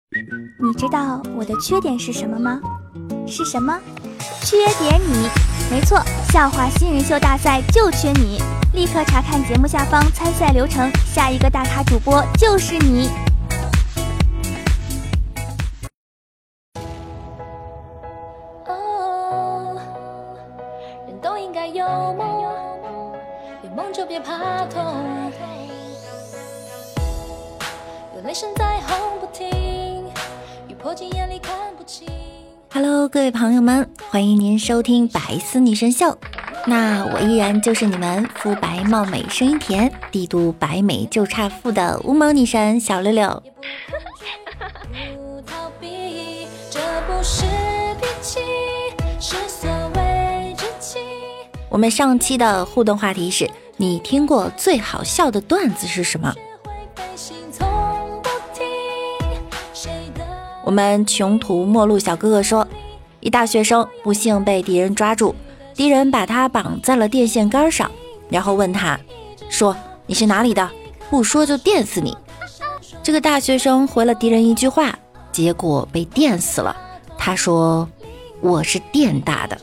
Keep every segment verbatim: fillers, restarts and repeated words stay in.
你知道我的缺点是什么吗？是什么？缺点你。没错，笑话新人秀大赛就缺你。立刻查看节目下方参赛流程，下一个大咖主播就是你。 哦，人都应该有梦，有梦就别怕痛，有泪声在轰不停，雨泼进眼里看不清。 Hello， 各位朋友们，欢迎您收听百思女神秀。那我依然就是你们肤白貌美、声音甜、帝都白美就差富的无毛女神小六六。 不逃避，这不是脾气，是所谓志气。 我们上期的互动话题是：你听过最好笑的段子是什么？我们穷途末路小哥哥说，一大学生不幸被敌人抓住，敌人把他绑在了电线杆上，然后问他说，你是哪里的？不说就电死你。这个大学生回了敌人一句话，结果被电死了。他说，我是电大的。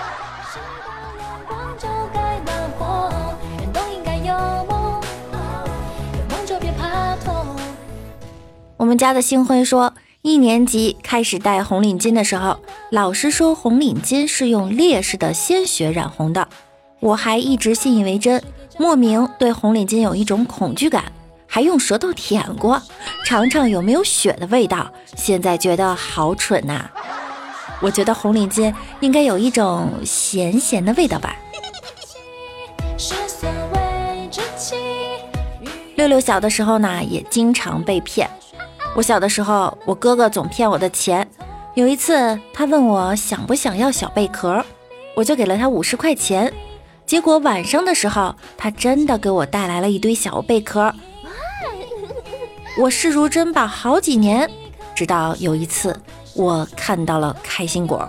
我们家的星辉说，一年级开始戴红领巾的时候，老师说红领巾是用烈士的鲜血染红的，我还一直信以为真，莫名对红领巾有一种恐惧感，还用舌头舔过，尝尝有没有血的味道，现在觉得好蠢啊。我觉得红领巾应该有一种咸咸的味道吧。六六小的时候呢，也经常被骗。我小的时候，我哥哥总骗我的钱。有一次，他问我想不想要小贝壳，我就给了他五十块钱。结果晚上的时候，他真的给我带来了一堆小贝壳。我视如珍宝好几年，直到有一次，我看到了开心果。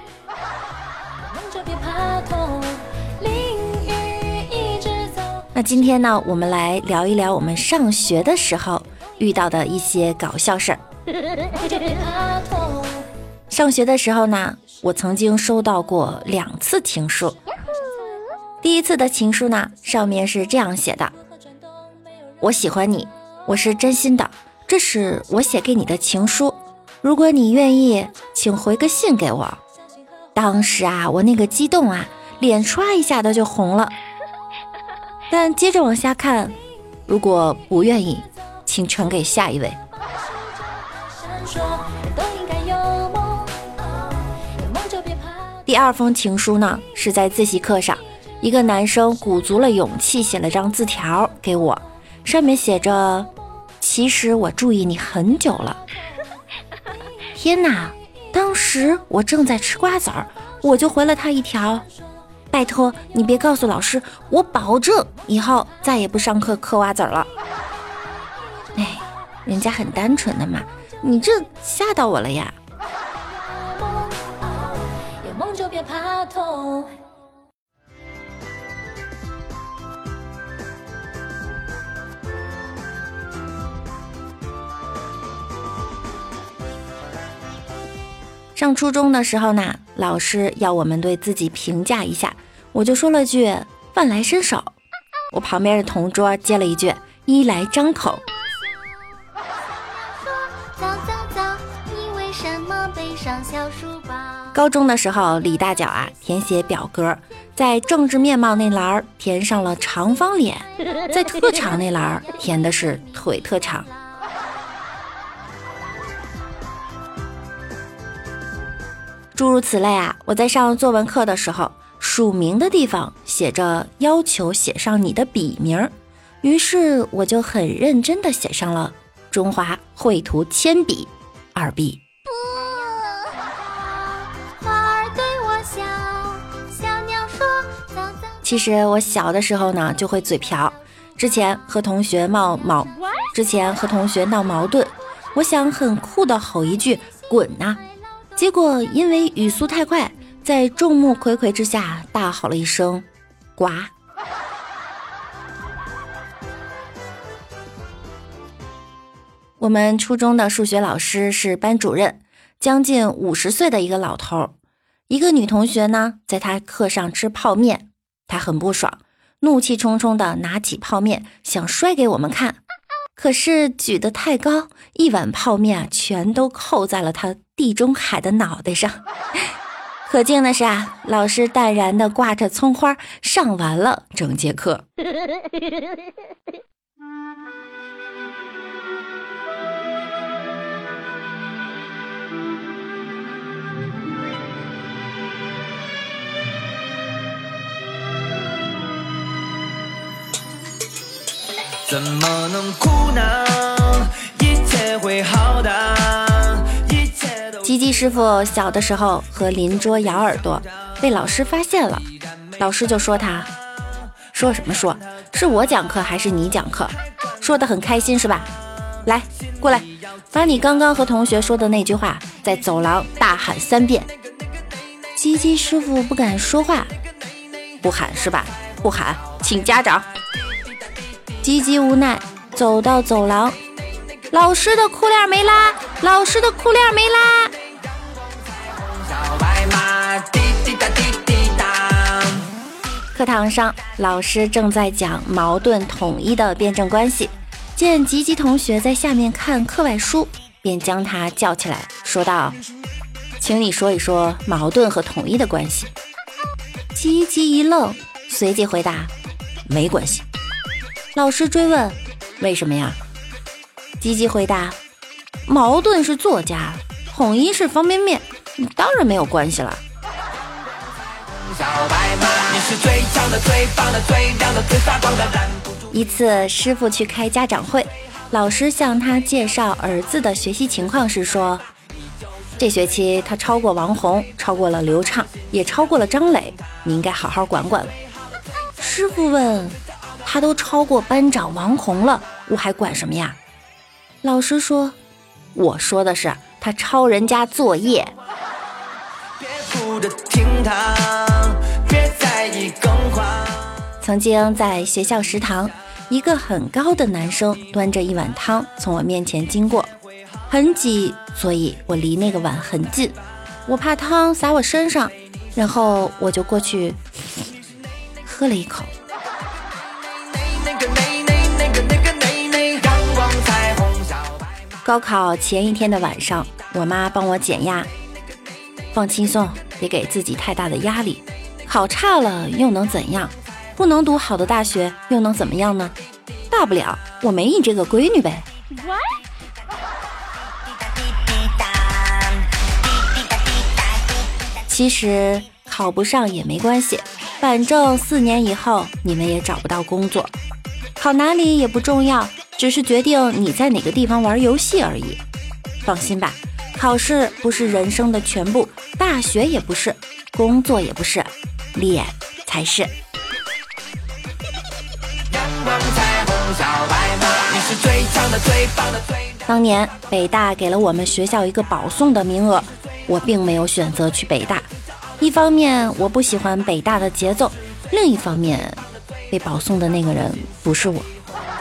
那今天呢，我们来聊一聊我们上学的时候遇到的一些搞笑事儿。上学的时候呢，我曾经收到过两次情书。第一次的情书呢，上面是这样写的：我喜欢你，我是真心的，这是我写给你的情书，如果你愿意，请回个信给我。当时啊，我那个激动啊，脸唰一下的就红了。但接着往下看，如果不愿意，请传给下一位。第二封情书呢，是在自习课上，一个男生鼓足了勇气写了张字条给我，上面写着，其实我注意你很久了。天哪，当时我正在吃瓜子儿，我就回了他一条，拜托你别告诉老师，我保证以后再也不上课嗑瓜子儿了。哎，人家很单纯的嘛，你这吓到我了呀。 有梦就别怕痛。 上初中的时候呢，老师要我们对自己评价一下，我就说了句饭来伸手，我旁边的同桌接了一句衣来张口。高中的时候，李大脚啊填写表格，在政治面貌那栏填上了长方脸，在特长那栏填的是腿特长。诸如此类啊，我在上作文课的时候，署名的地方写着要求写上你的笔名，于是我就很认真地写上了中华绘图铅笔二 B。其实我小的时候呢，就会嘴瓢。之前和同学闹矛，之前和同学闹矛盾，我想很酷的吼一句滚啊，结果因为语速太快，在众目睽睽之下大吼了一声呱。 我们初中的数学老师是班主任，将近五十岁的一个老头。一个女同学呢，在他课上吃泡面，他很不爽，怒气冲冲地拿起泡面想摔给我们看，可是举得太高，一碗泡面啊，全都扣在了他地中海的脑袋上。可敬的是啊，老师淡然地挂着葱花上完了整节课。 怎么能苦恼？一切会好的。 吉吉师傅小的时候和邻桌咬耳朵，被老师发现了，老师就说他，说什么说？是我讲课还是你讲课？说得很开心是吧？来，过来，把你刚刚和同学说的那句话在走廊大喊三遍。吉吉师傅不敢说话，不喊是吧？不喊，请家长。吉吉无奈走到走廊，老师的裤链没拉，老师的裤链没拉。课堂上，老师正在讲矛盾统一的辩证关系，见吉吉同学在下面看课外书，便将他叫起来，说道：请你说一说矛盾和统一的关系。吉吉一愣，随即回答：没关系。老师追问：为什么呀？吉吉回答：矛盾是作家，统一是方便面，当然没有关系了。一次师傅去开家长会，老师向他介绍儿子的学习情况时说，这学期他超过王红，超过了刘畅，也超过了张磊，你应该好好管管了。师傅问，他都超过班长王红了，我还管什么呀？老师说，我说的是他抄人家作业。曾经在学校食堂，一个很高的男生端着一碗汤从我面前经过，很挤，所以我离那个碗很近，我怕汤洒我身上，然后我就过去喝了一口。高考前一天的晚上，我妈帮我减压，放轻松，别给自己太大的压力，考差了又能怎样？不能读好的大学又能怎么样呢？大不了我没你这个闺女呗。其实考不上也没关系，反正四年以后你们也找不到工作，考哪里也不重要，只是决定你在哪个地方玩游戏而已。放心吧，考试不是人生的全部，大学也不是，工作也不是，脸才是。当年北大给了我们学校一个保送的名额，我并没有选择去北大，一方面我不喜欢北大的节奏，另一方面被保送的那个人不是我。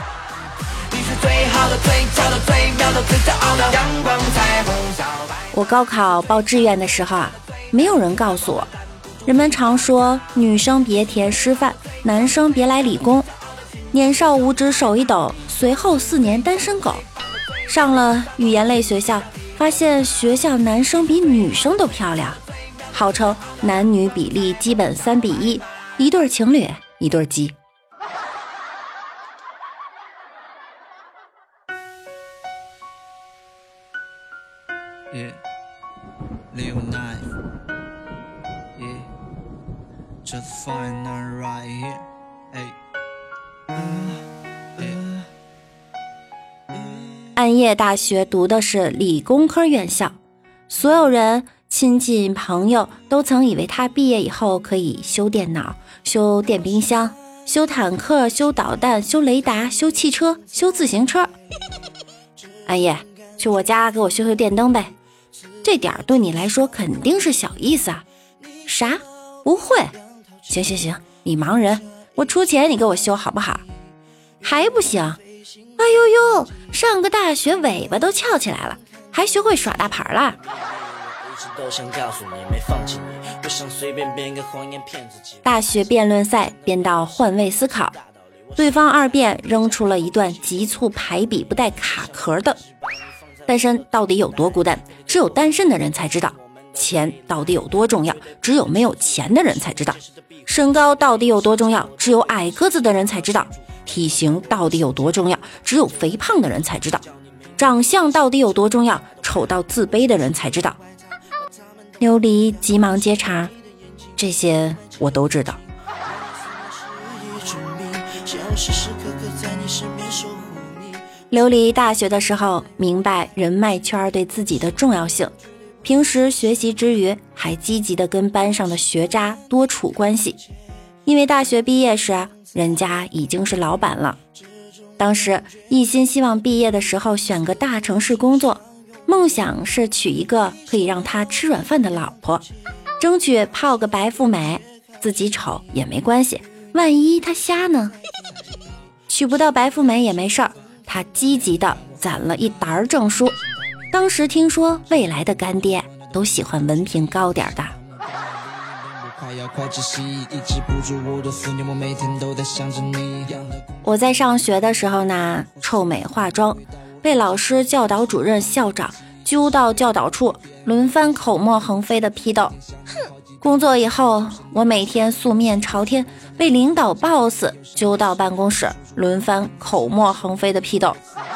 我高考报志愿的时候啊，没有人告诉我，人们常说女生别填师范，男生别来理工。年少无知手一抖，随后四年单身狗。上了语言类学校，发现学校男生比女生都漂亮，号称男女比例基本三比一，一对情侣一对鸡。 Yeah, little knife. Yeah, just find her right here. Hey. 暗夜大学读的是理工科院校，所有人亲戚朋友都曾以为他毕业以后可以修电脑、修电冰箱、修坦克、修导弹、修雷达、修汽车、修自行车。暗夜，去我家给我修修电灯呗，这点对你来说肯定是小意思啊。啥？不会？行行行，你盲人，我出钱你给我修好不好？还不行？ 哎呦呦，上个大学尾巴都翘起来了，还学会耍大牌啦。大学辩论赛编到换位思考，对方二辩扔出了一段急促排比不带卡壳的。单身到底有多孤单，只有单身的人才知道。钱到底有多重要，只有没有钱的人才知道。身高到底有多重要，只有矮个子的人才知道。体型到底有多重要，只有肥胖的人才知道。长相到底有多重要，丑到自卑的人才知道。琉璃急忙接茬，这些我都知道。琉璃大学的时候明白人脉圈对自己的重要性，平时学习之余还积极地跟班上的学渣多处关系。因为大学毕业时人家已经是老板了，当时一心希望毕业的时候选个大城市工作，梦想是娶一个可以让他吃软饭的老婆，争取泡个白富美，自己丑也没关系，万一他瞎呢？娶不到白富美也没事儿，他积极地攒了一沓证书。当时听说未来的干爹都喜欢文凭高点的。我在上学的时候呢，臭美化妆，被老师、教导主任、校长揪到教导处，轮番口沫横飞的批斗。工作以后，我每天素面朝天，被领导 boss 揪到办公室，轮番口沫横飞的批斗。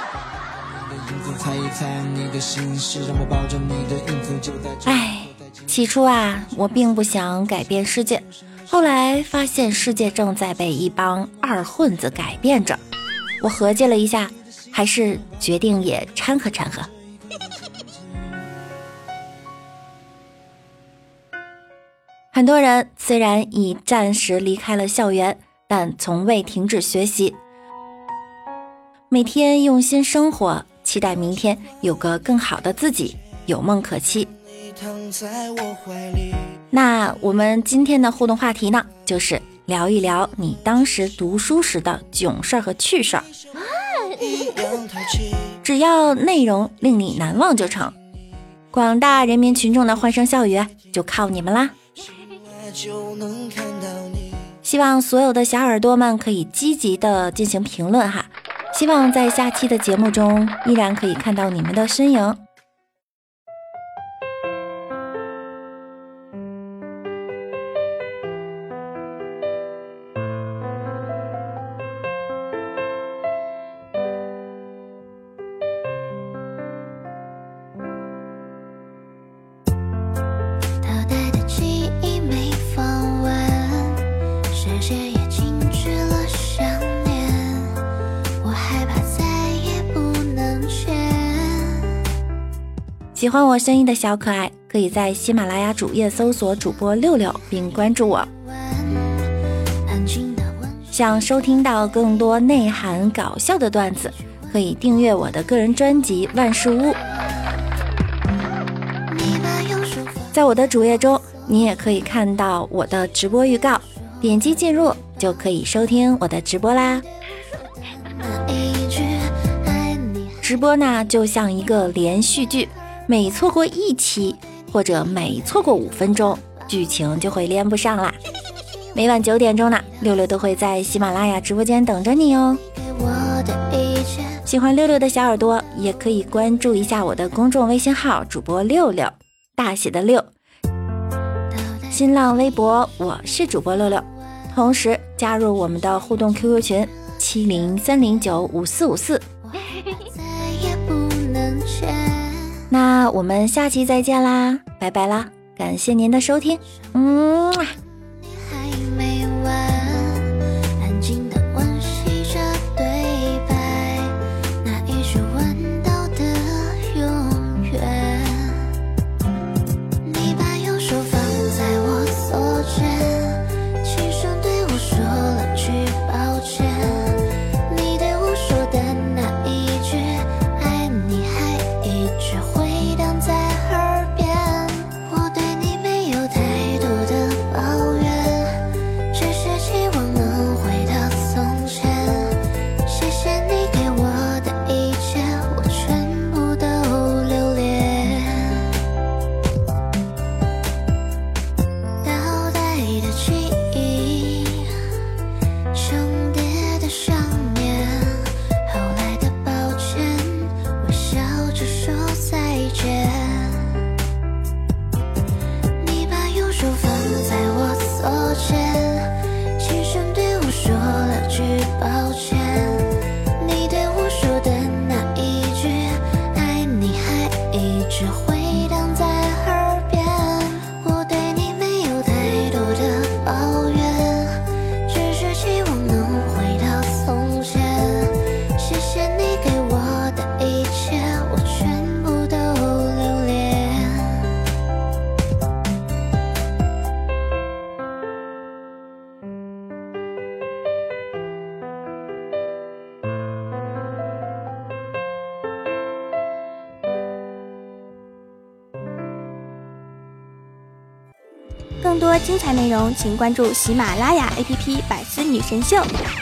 唉，起初啊，我并不想改变世界，后来发现世界正在被一帮二混子改变着。我合计了一下，还是决定也掺和掺和。很多人虽然已暂时离开了校园，但从未停止学习，每天用心生活，期待明天有个更好的自己，有梦可期。那我们今天的互动话题呢，就是聊一聊你当时读书时的囧事儿和趣事儿，只要内容令你难忘就成。广大人民群众的欢声笑语就靠你们啦！希望所有的小耳朵们可以积极的进行评论哈，希望在下期的节目中依然可以看到你们的身影。喜欢我声音的小可爱，可以在喜马拉雅主页搜索主播六六并关注我。想收听到更多内涵搞笑的段子，可以订阅我的个人专辑万事屋。在我的主页中，你也可以看到我的直播预告，点击进入就可以收听我的直播啦。直播呢，就像一个连续剧，每错过一期或者每错过五分钟，剧情就会连不上啦。每晚九点钟呢，六六都会在喜马拉雅直播间等着你哦。喜欢六六的小耳朵也可以关注一下我的公众微信号主播六六，大写的六。新浪微博我是主播六六，同时加入我们的互动 Q Q 群七零三零九五四五四。那我们下期再见啦，拜拜啦，感谢您的收听，嗯。 回荡在耳边，我对你没有太多的保只回荡在耳边。我对你没有太多的抱怨，只是希望能回到从前。谢谢你给我的一切，我全部都留恋。 更多精彩内容，请关注喜马拉雅 A P P《百思女神秀》。